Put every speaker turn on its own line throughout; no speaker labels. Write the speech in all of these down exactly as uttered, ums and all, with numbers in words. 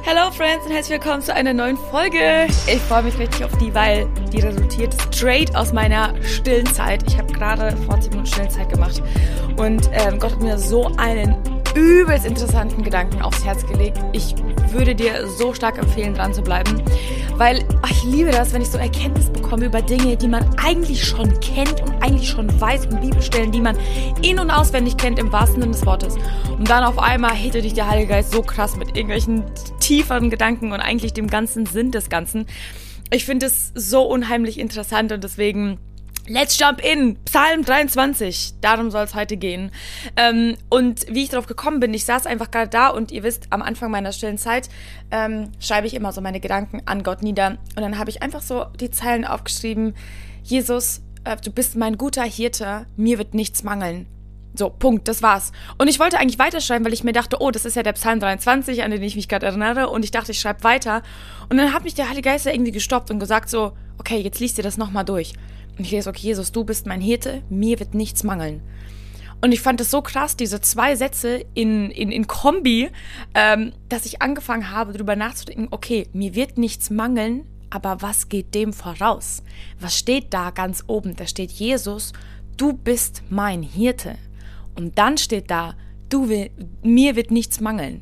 Hello Friends und herzlich willkommen zu einer neuen Folge. Ich freue mich richtig auf die, weil die resultiert straight aus meiner stillen Zeit. Ich habe gerade vor zehn Minuten Stillenzeit gemacht und ähm, Gott hat mir so einen übelst interessanten Gedanken aufs Herz gelegt. Ich würde dir so stark empfehlen, dran zu bleiben, weil ach, ich liebe das, wenn ich so Erkenntnis bekomme über Dinge, die man eigentlich schon kennt und eigentlich schon weiß, und Bibelstellen, die man in- und auswendig kennt, im wahrsten Sinne des Wortes. Und dann auf einmal hittet dich der Heilige Geist so krass mit irgendwelchen tieferen Gedanken und eigentlich dem ganzen Sinn des Ganzen. Ich finde es so unheimlich interessant und deswegen let's jump in! Psalm dreiundzwanzig, darum soll es heute gehen. Ähm, und wie ich darauf gekommen bin, ich saß einfach gerade da und ihr wisst, am Anfang meiner stillen Zeit ähm, schreibe ich immer so meine Gedanken an Gott nieder. Und dann habe ich einfach so die Zeilen aufgeschrieben: Jesus, äh, du bist mein guter Hirte, mir wird nichts mangeln. So, Punkt, das war's. Und ich wollte eigentlich weiterschreiben, weil ich mir dachte, oh, das ist ja der Psalm dreiundzwanzig, an den ich mich gerade erinnere. Und ich dachte, ich schreibe weiter. Und dann hat mich der Heilige Geist irgendwie gestoppt und gesagt so, okay, jetzt liest dir das nochmal durch. Und ich lese, okay, Jesus, du bist mein Hirte, mir wird nichts mangeln. Und ich fand es so krass, diese zwei Sätze in, in, in Kombi, ähm, dass ich angefangen habe, darüber nachzudenken, okay, mir wird nichts mangeln, aber was geht dem voraus? Was steht da ganz oben? Da steht, Jesus, du bist mein Hirte. Und dann steht da, du will, mir wird nichts mangeln.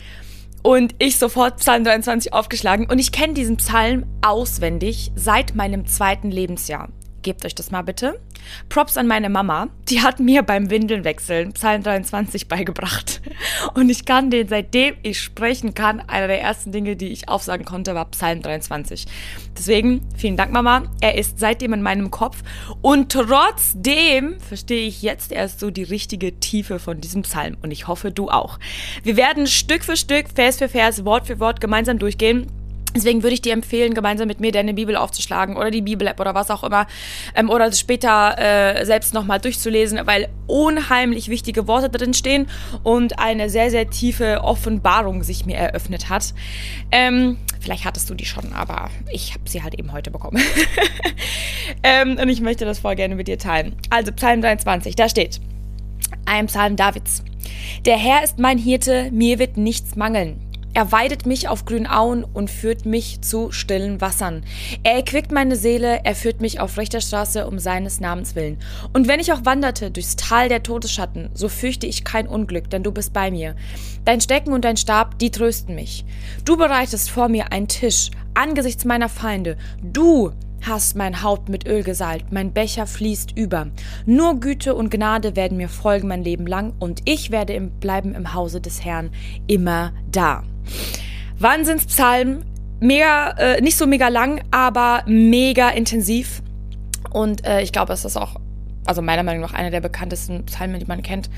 Und ich sofort Psalm dreiundzwanzig aufgeschlagen. Und ich kenne diesen Psalm auswendig seit meinem zweiten Lebensjahr. Gebt euch das mal bitte. Props an meine Mama, die hat mir beim Windelnwechseln Psalm dreiundzwanzig beigebracht. Und ich kann den, seitdem ich sprechen kann, einer der ersten Dinge, die ich aufsagen konnte, war Psalm dreiundzwanzig. Deswegen, vielen Dank, Mama. Er ist seitdem in meinem Kopf. Und trotzdem verstehe ich jetzt erst so die richtige Tiefe von diesem Psalm. Und ich hoffe, du auch. Wir werden Stück für Stück, Vers für Vers, Wort für Wort gemeinsam durchgehen. Deswegen würde ich dir empfehlen, gemeinsam mit mir deine Bibel aufzuschlagen oder die Bibel-App oder was auch immer ähm, oder später äh, selbst nochmal durchzulesen, weil unheimlich wichtige Worte drin stehen und eine sehr, sehr tiefe Offenbarung sich mir eröffnet hat. Ähm, vielleicht hattest du die schon, aber ich habe sie halt eben heute bekommen. ähm, und ich möchte das voll gerne mit dir teilen. Also Psalm dreiundzwanzig, da steht, ein Psalm Davids. Der Herr ist mein Hirte, mir wird nichts mangeln. Er weidet mich auf grünen Auen und führt mich zu stillen Wassern. Er erquickt meine Seele, er führt mich auf rechter Straße um seines Namens willen. Und wenn ich auch wanderte durchs Tal der Todesschatten, so fürchte ich kein Unglück, denn du bist bei mir. Dein Stecken und dein Stab, die trösten mich. Du bereitest vor mir einen Tisch, angesichts meiner Feinde. Du hast mein Haupt mit Öl gesalbt, mein Becher fließt über. Nur Güte und Gnade werden mir folgen mein Leben lang und ich werde im, bleiben im Hause des Herrn immer da. Wahnsinnspsalm, mega, äh, nicht so mega lang, aber mega intensiv. Und äh, ich glaube, es ist auch, also meiner Meinung nach, einer der bekanntesten Psalmen, die man kennt.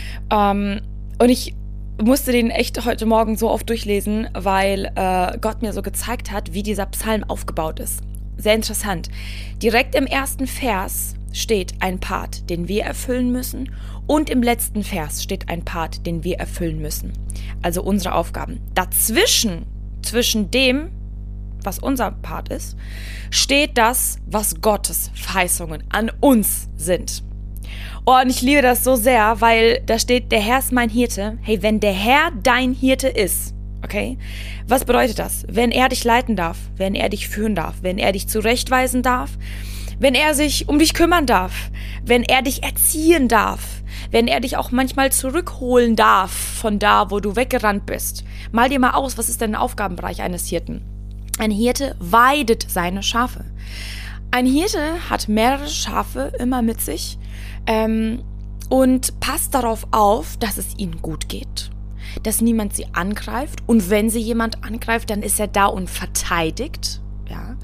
Ähm, und ich musste den echt heute Morgen so oft durchlesen, weil äh, Gott mir so gezeigt hat, wie dieser Psalm aufgebaut ist. Sehr interessant. Direkt im ersten Vers steht ein Part, den wir erfüllen müssen, und im letzten Vers steht ein Part, den wir erfüllen müssen. Also unsere Aufgaben. Dazwischen, zwischen dem, was unser Part ist, steht das, was Gottes Verheißungen an uns sind. Oh, und ich liebe das so sehr, weil da steht, der Herr ist mein Hirte. Hey, wenn der Herr dein Hirte ist, okay, was bedeutet das? Wenn er dich leiten darf, wenn er dich führen darf, wenn er dich zurechtweisen darf, wenn er sich um dich kümmern darf, wenn er dich erziehen darf, wenn er dich auch manchmal zurückholen darf von da, wo du weggerannt bist. Mal dir mal aus, was ist denn der Aufgabenbereich eines Hirten? Ein Hirte weidet seine Schafe. Ein Hirte hat mehrere Schafe immer mit sich ähm, und passt darauf auf, dass es ihnen gut geht, dass niemand sie angreift. Und wenn sie jemand angreift, dann ist er da und verteidigt, ja.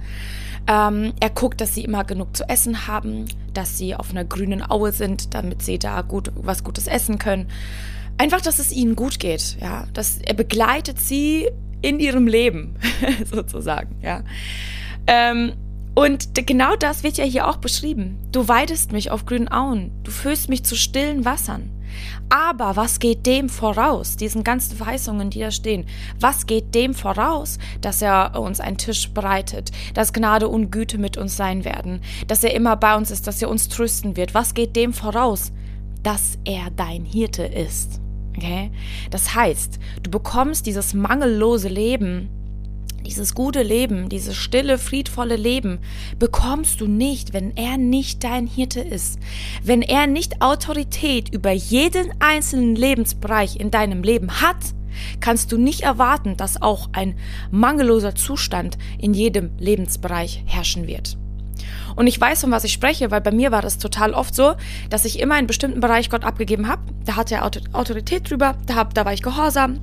Ähm, er guckt, dass sie immer genug zu essen haben, dass sie auf einer grünen Aue sind, damit sie da gut was Gutes essen können. Einfach, dass es ihnen gut geht, ja. Das, er begleitet sie in ihrem Leben, sozusagen, ja. Ähm, und genau das wird ja hier auch beschrieben. Du weidest mich auf grünen Auen, du führst mich zu stillen Wassern. Aber was geht dem voraus, diesen ganzen Verheißungen, die da stehen, was geht dem voraus, dass er uns einen Tisch bereitet, dass Gnade und Güte mit uns sein werden, dass er immer bei uns ist, dass er uns trösten wird? Was geht dem voraus? Dass er dein Hirte ist. Okay? Das heißt, du bekommst dieses mangellose Leben, dieses gute Leben, dieses stille, friedvolle Leben bekommst du nicht, wenn er nicht dein Hirte ist. Wenn er nicht Autorität über jeden einzelnen Lebensbereich in deinem Leben hat, kannst du nicht erwarten, dass auch ein mangelloser Zustand in jedem Lebensbereich herrschen wird. Und ich weiß, von was ich spreche, weil bei mir war das total oft so, dass ich immer einen bestimmten Bereich Gott abgegeben habe. Da hatte er Autorität drüber, da, hab, da war ich gehorsam.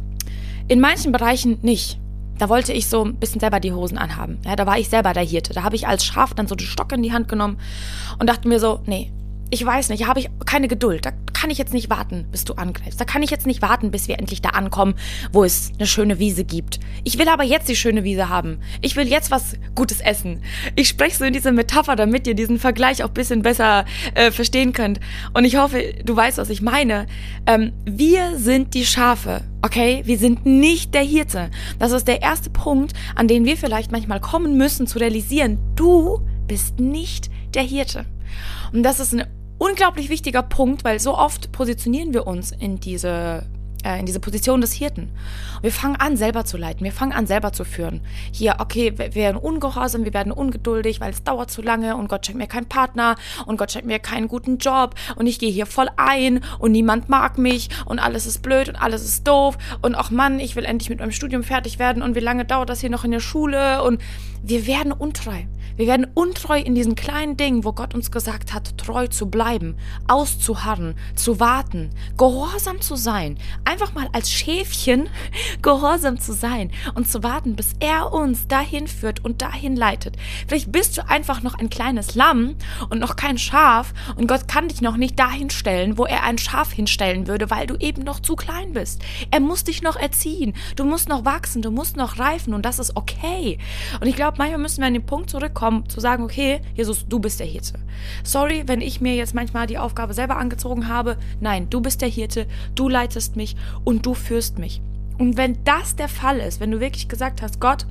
In manchen Bereichen nicht. Da wollte ich so ein bisschen selber die Hosen anhaben. Ja, da war ich selber der Hirte. Da habe ich als Schaf dann so den Stock in die Hand genommen und dachte mir so, nee, ich weiß nicht, da habe ich keine Geduld. Da kann ich jetzt nicht warten, bis du angreifst. Da kann ich jetzt nicht warten, bis wir endlich da ankommen, wo es eine schöne Wiese gibt. Ich will aber jetzt die schöne Wiese haben. Ich will jetzt was Gutes essen. Ich spreche so in diese Metapher, damit ihr diesen Vergleich auch ein bisschen besser äh, verstehen könnt. Und ich hoffe, du weißt, was ich meine. Ähm, wir sind die Schafe, okay? Wir sind nicht der Hirte. Das ist der erste Punkt, an den wir vielleicht manchmal kommen müssen, zu realisieren, du bist nicht der Hirte. Und das ist ein unglaublich wichtiger Punkt, weil so oft positionieren wir uns in diese, äh, in diese Position des Hirten. Wir fangen an, selber zu leiten. Wir fangen an, selber zu führen. Hier, okay, wir werden ungehorsam, wir werden ungeduldig, weil es dauert zu lange und Gott schenkt mir keinen Partner und Gott schenkt mir keinen guten Job und ich gehe hier voll ein und niemand mag mich und alles ist blöd und alles ist doof und ach Mann, ich will endlich mit meinem Studium fertig werden und wie lange dauert das hier noch in der Schule und wir werden untreu. Wir werden untreu in diesen kleinen Dingen, wo Gott uns gesagt hat, treu zu bleiben, auszuharren, zu warten, gehorsam zu sein. Einfach mal als Schäfchen gehorsam zu sein und zu warten, bis er uns dahin führt und dahin leitet. Vielleicht bist du einfach noch ein kleines Lamm und noch kein Schaf und Gott kann dich noch nicht dahin stellen, wo er ein Schaf hinstellen würde, weil du eben noch zu klein bist. Er muss dich noch erziehen. Du musst noch wachsen, du musst noch reifen und das ist okay. Und ich glaube, manchmal müssen wir an den Punkt zurückkommen, zu sagen, okay, Jesus, du bist der Hirte. Sorry, wenn ich mir jetzt manchmal die Aufgabe selber angezogen habe. Nein, du bist der Hirte, du leitest mich und du führst mich. Und wenn das der Fall ist, wenn du wirklich gesagt hast, Gott,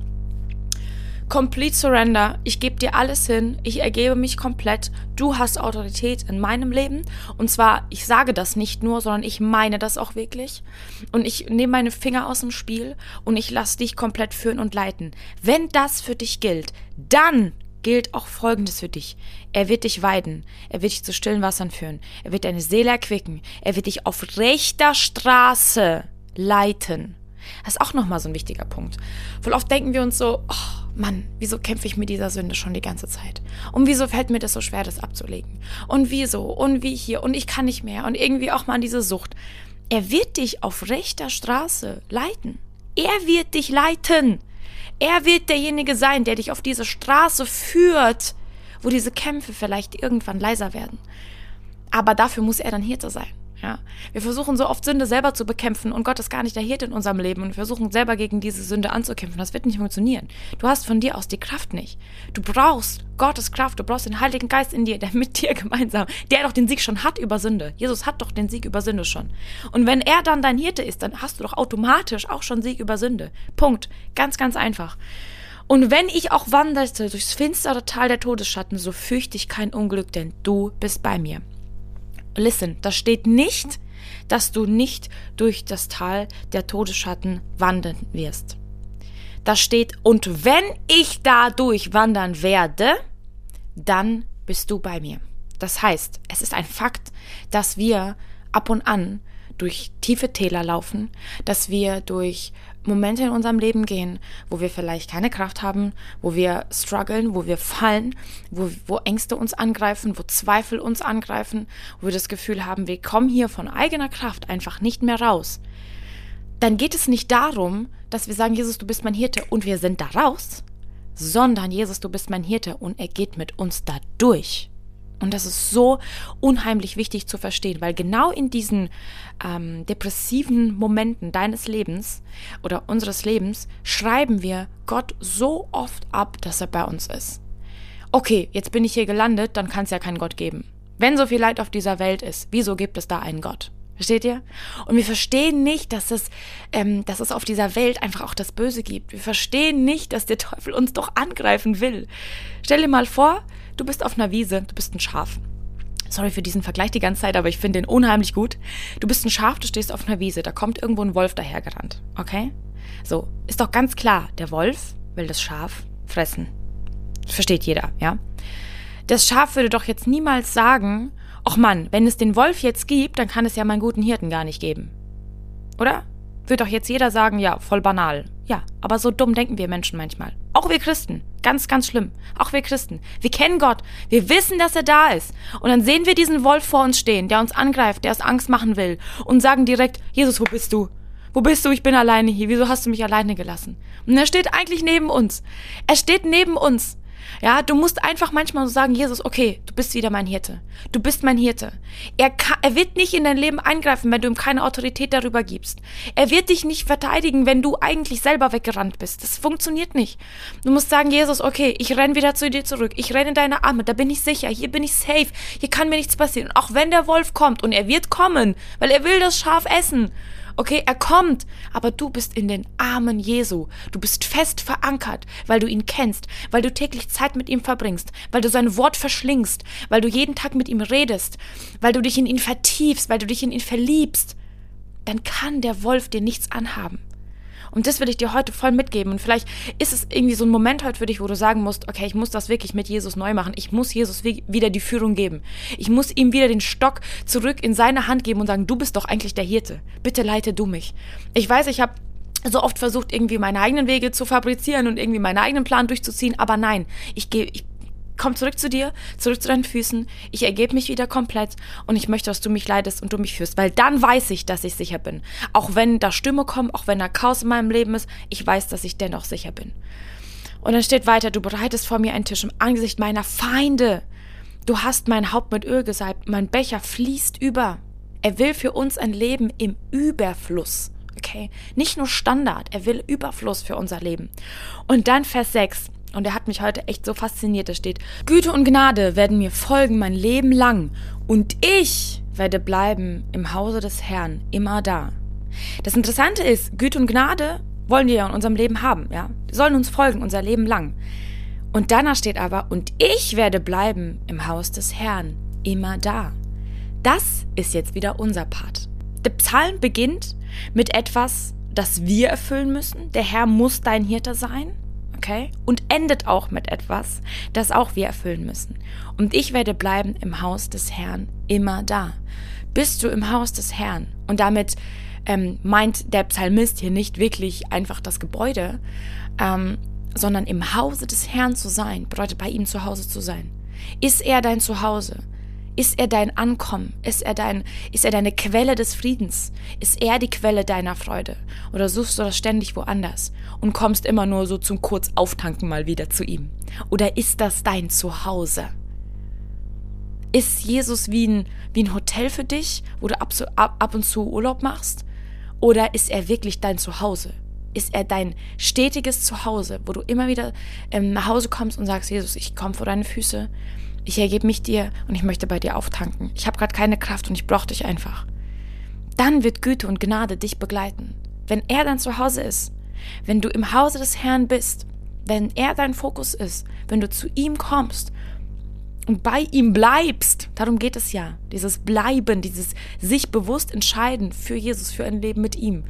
complete surrender, ich gebe dir alles hin, ich ergebe mich komplett, du hast Autorität in meinem Leben und zwar, ich sage das nicht nur, sondern ich meine das auch wirklich und ich nehme meine Finger aus dem Spiel und ich lasse dich komplett führen und leiten. Wenn das für dich gilt, dann gilt auch Folgendes für dich. Er wird dich weiden, er wird dich zu stillen Wassern führen, er wird deine Seele erquicken, er wird dich auf rechter Straße leiten. Das ist auch nochmal so ein wichtiger Punkt. Voll oft denken wir uns so, oh Mann, wieso kämpfe ich mit dieser Sünde schon die ganze Zeit? Und wieso fällt mir das so schwer, das abzulegen? Und wieso? Und wie hier? Und ich kann nicht mehr. Und irgendwie auch mal an diese Sucht. Er wird dich auf rechter Straße leiten. Er wird dich leiten. Er wird derjenige sein, der dich auf diese Straße führt, wo diese Kämpfe vielleicht irgendwann leiser werden. Aber dafür muss er dann Hirte sein. Ja, wir versuchen so oft Sünde selber zu bekämpfen und Gott ist gar nicht der Hirte in unserem Leben und wir versuchen selber gegen diese Sünde anzukämpfen. Das wird nicht funktionieren. Du hast von dir aus die Kraft nicht. Du brauchst Gottes Kraft, du brauchst den Heiligen Geist in dir, der mit dir gemeinsam, der doch den Sieg schon hat über Sünde. Jesus hat doch den Sieg über Sünde schon. Und wenn er dann dein Hirte ist, dann hast du doch automatisch auch schon Sieg über Sünde. Punkt. Ganz, ganz einfach. Und wenn ich auch wanderte durchs finstere Tal der Todesschatten, so fürchte ich kein Unglück, denn du bist bei mir. Listen, da steht nicht, dass du nicht durch das Tal der Todesschatten wandern wirst. Da steht, und wenn ich dadurch wandern werde, dann bist du bei mir. Das heißt, es ist ein Fakt, dass wir ab und an durch tiefe Täler laufen, dass wir durch Momente in unserem Leben gehen, wo wir vielleicht keine Kraft haben, wo wir strugglen, wo wir fallen, wo, wo Ängste uns angreifen, wo Zweifel uns angreifen, wo wir das Gefühl haben, wir kommen hier von eigener Kraft einfach nicht mehr raus. Dann geht es nicht darum, dass wir sagen, Jesus, du bist mein Hirte und wir sind da raus, sondern Jesus, du bist mein Hirte und er geht mit uns da durch. Und das ist so unheimlich wichtig zu verstehen, weil genau in diesen ähm, depressiven Momenten deines Lebens oder unseres Lebens schreiben wir Gott so oft ab, dass er bei uns ist. Okay, jetzt bin ich hier gelandet, dann kann es ja keinen Gott geben. Wenn so viel Leid auf dieser Welt ist, wieso gibt es da einen Gott? Versteht ihr? Und wir verstehen nicht, dass es, ähm, dass es auf dieser Welt einfach auch das Böse gibt. Wir verstehen nicht, dass der Teufel uns doch angreifen will. Stell dir mal vor, du bist auf einer Wiese, du bist ein Schaf. Sorry für diesen Vergleich die ganze Zeit, aber ich finde den unheimlich gut. Du bist ein Schaf, du stehst auf einer Wiese, da kommt irgendwo ein Wolf dahergerannt, okay? So, ist doch ganz klar, der Wolf will das Schaf fressen. Das versteht jeder, ja? Das Schaf würde doch jetzt niemals sagen, ach Mann, wenn es den Wolf jetzt gibt, dann kann es ja meinen guten Hirten gar nicht geben. Oder? Wird doch jetzt jeder sagen, ja, voll banal. Ja, aber so dumm denken wir Menschen manchmal. Auch wir Christen. Ganz, ganz schlimm. Auch wir Christen. Wir kennen Gott. Wir wissen, dass er da ist. Und dann sehen wir diesen Wolf vor uns stehen, der uns angreift, der uns Angst machen will und sagen direkt, Jesus, wo bist du? Wo bist du? Ich bin alleine hier. Wieso hast du mich alleine gelassen? Und er steht eigentlich neben uns. Er steht neben uns. Ja, du musst einfach manchmal so sagen, Jesus, okay, du bist wieder mein Hirte. Du bist mein Hirte. Er, kann, er wird nicht in dein Leben eingreifen, wenn du ihm keine Autorität darüber gibst. Er wird dich nicht verteidigen, wenn du eigentlich selber weggerannt bist. Das funktioniert nicht. Du musst sagen, Jesus, okay, ich renne wieder zu dir zurück. Ich renne in deine Arme, da bin ich sicher. Hier bin ich safe. Hier kann mir nichts passieren. Und auch wenn der Wolf kommt, und er wird kommen, weil er will das Schaf essen. Okay, er kommt, aber du bist in den Armen Jesu. Du bist fest verankert, weil du ihn kennst, weil du täglich Zeit mit ihm verbringst, weil du sein Wort verschlingst, weil du jeden Tag mit ihm redest, weil du dich in ihn vertiefst, weil du dich in ihn verliebst. Dann kann der Wolf dir nichts anhaben. Und das will ich dir heute voll mitgeben. Und vielleicht ist es irgendwie so ein Moment heute für dich, wo du sagen musst, okay, ich muss das wirklich mit Jesus neu machen. Ich muss Jesus wieder die Führung geben. Ich muss ihm wieder den Stock zurück in seine Hand geben und sagen, du bist doch eigentlich der Hirte. Bitte leite du mich. Ich weiß, ich habe so oft versucht, irgendwie meine eigenen Wege zu fabrizieren und irgendwie meinen eigenen Plan durchzuziehen. Aber nein, ich gehe... Ich Komm zurück zu dir, zurück zu deinen Füßen. Ich ergebe mich wieder komplett und ich möchte, dass du mich leitest und du mich führst, weil dann weiß ich, dass ich sicher bin. Auch wenn da Stürme kommen, auch wenn da Chaos in meinem Leben ist, ich weiß, dass ich dennoch sicher bin. Und dann steht weiter, du bereitest vor mir einen Tisch im Angesicht meiner Feinde. Du hast mein Haupt mit Öl gesalbt, mein Becher fließt über. Er will für uns ein Leben im Überfluss. Okay? Nicht nur Standard, er will Überfluss für unser Leben. Und dann Vers sechs. Und er hat mich heute echt so fasziniert, da steht, Güte und Gnade werden mir folgen mein Leben lang und ich werde bleiben im Hause des Herrn immer da. Das Interessante ist, Güte und Gnade wollen wir ja in unserem Leben haben, ja. Die sollen uns folgen, unser Leben lang. Und danach steht aber, und ich werde bleiben im Haus des Herrn immer da. Das ist jetzt wieder unser Part. Der Psalm beginnt mit etwas, das wir erfüllen müssen. Der Herr muss dein Hirte sein. Okay? Und endet auch mit etwas, das auch wir erfüllen müssen. Und ich werde bleiben im Haus des Herrn immer da. Bist du im Haus des Herrn? Und damit ähm, meint der Psalmist hier nicht wirklich einfach das Gebäude, ähm, sondern im Hause des Herrn zu sein, bedeutet bei ihm zu Hause zu sein. Ist er dein Zuhause? Ist er dein Ankommen? Ist er, dein, ist er deine Quelle des Friedens? Ist er die Quelle deiner Freude? Oder suchst du das ständig woanders und kommst immer nur so zum Kurzauftanken mal wieder zu ihm? Oder ist das dein Zuhause? Ist Jesus wie ein, wie ein Hotel für dich, wo du ab, ab, ab und zu Urlaub machst? Oder ist er wirklich dein Zuhause? Ist er dein stetiges Zuhause, wo du immer wieder ähm, nach Hause kommst und sagst, Jesus, ich komme vor deine Füße, ich ergebe mich dir und ich möchte bei dir auftanken. Ich habe gerade keine Kraft und ich brauche dich einfach. Dann wird Güte und Gnade dich begleiten. Wenn er dein Zuhause ist, wenn du im Hause des Herrn bist, wenn er dein Fokus ist, wenn du zu ihm kommst und bei ihm bleibst, darum geht es ja, dieses Bleiben, dieses sich bewusst entscheiden für Jesus, für ein Leben mit ihm,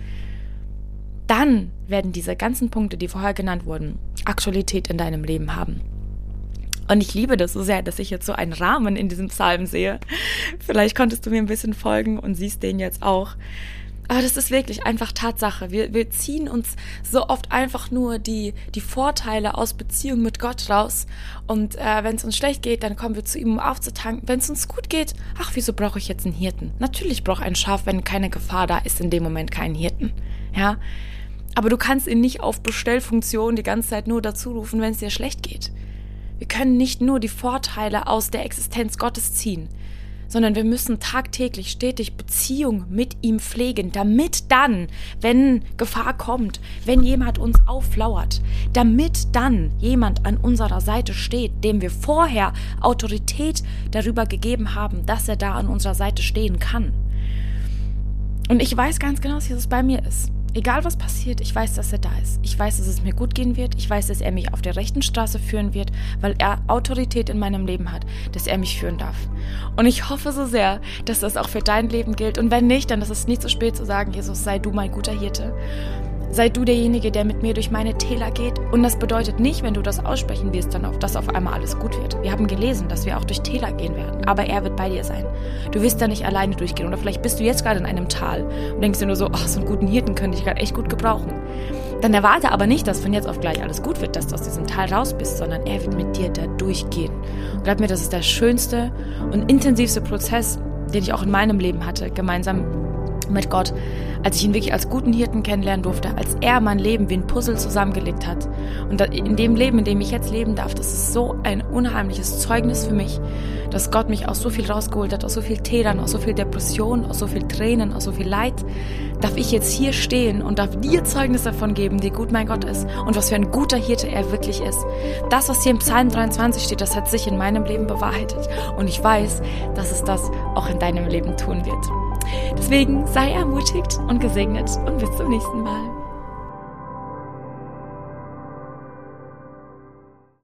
dann werden diese ganzen Punkte, die vorher genannt wurden, Aktualität in deinem Leben haben. Und ich liebe das so sehr, dass ich jetzt so einen Rahmen in diesem Psalm sehe. Vielleicht konntest du mir ein bisschen folgen und siehst den jetzt auch. Aber das ist wirklich einfach Tatsache. Wir, wir ziehen uns so oft einfach nur die, die Vorteile aus Beziehung mit Gott raus. Und äh, wenn es uns schlecht geht, dann kommen wir zu ihm, um aufzutanken. Wenn es uns gut geht, ach, wieso brauche ich jetzt einen Hirten? Natürlich braucht ein Schaf, wenn keine Gefahr da ist, in dem Moment keinen Hirten. Ja? Aber du kannst ihn nicht auf Bestellfunktion die ganze Zeit nur dazu rufen, wenn es dir schlecht geht. Wir können nicht nur die Vorteile aus der Existenz Gottes ziehen, sondern wir müssen tagtäglich stetig Beziehung mit ihm pflegen, damit dann, wenn Gefahr kommt, wenn jemand uns auflauert, damit dann jemand an unserer Seite steht, dem wir vorher Autorität darüber gegeben haben, dass er da an unserer Seite stehen kann. Und ich weiß ganz genau, dass Jesus bei mir ist. Egal was passiert, ich weiß, dass er da ist. Ich weiß, dass es mir gut gehen wird. Ich weiß, dass er mich auf der rechten Straße führen wird, weil er Autorität in meinem Leben hat, dass er mich führen darf. Und ich hoffe so sehr, dass das auch für dein Leben gilt. Und wenn nicht, dann ist es nicht so spät zu sagen, Jesus, sei du mein guter Hirte. Sei du derjenige, der mit mir durch meine Täler geht. Und das bedeutet nicht, wenn du das aussprechen wirst, dann auf, dass auf einmal alles gut wird. Wir haben gelesen, dass wir auch durch Täler gehen werden. Aber er wird bei dir sein. Du wirst da nicht alleine durchgehen. Oder vielleicht bist du jetzt gerade in einem Tal und denkst dir nur so, ach, so einen guten Hirten könnte ich gerade echt gut gebrauchen. Dann erwarte aber nicht, dass von jetzt auf gleich alles gut wird, dass du aus diesem Tal raus bist, sondern er wird mit dir da durchgehen. Und glaub mir, das ist der schönste und intensivste Prozess, den ich auch in meinem Leben hatte, gemeinsam mit Gott, als ich ihn wirklich als guten Hirten kennenlernen durfte, als er mein Leben wie ein Puzzle zusammengelegt hat. Und in dem Leben, in dem ich jetzt leben darf, das ist so ein unheimliches Zeugnis für mich, dass Gott mich aus so viel rausgeholt hat, aus so viel Tälern, aus so viel Depression, aus so viel Tränen, aus so viel Leid, darf ich jetzt hier stehen und darf dir Zeugnis davon geben, wie gut mein Gott ist und was für ein guter Hirte er wirklich ist. Das, was hier im Psalm dreiundzwanzig steht, das hat sich in meinem Leben bewahrheitet. Und ich weiß, dass es das auch in deinem Leben tun wird. Deswegen sei ermutigt und gesegnet und bis zum nächsten Mal.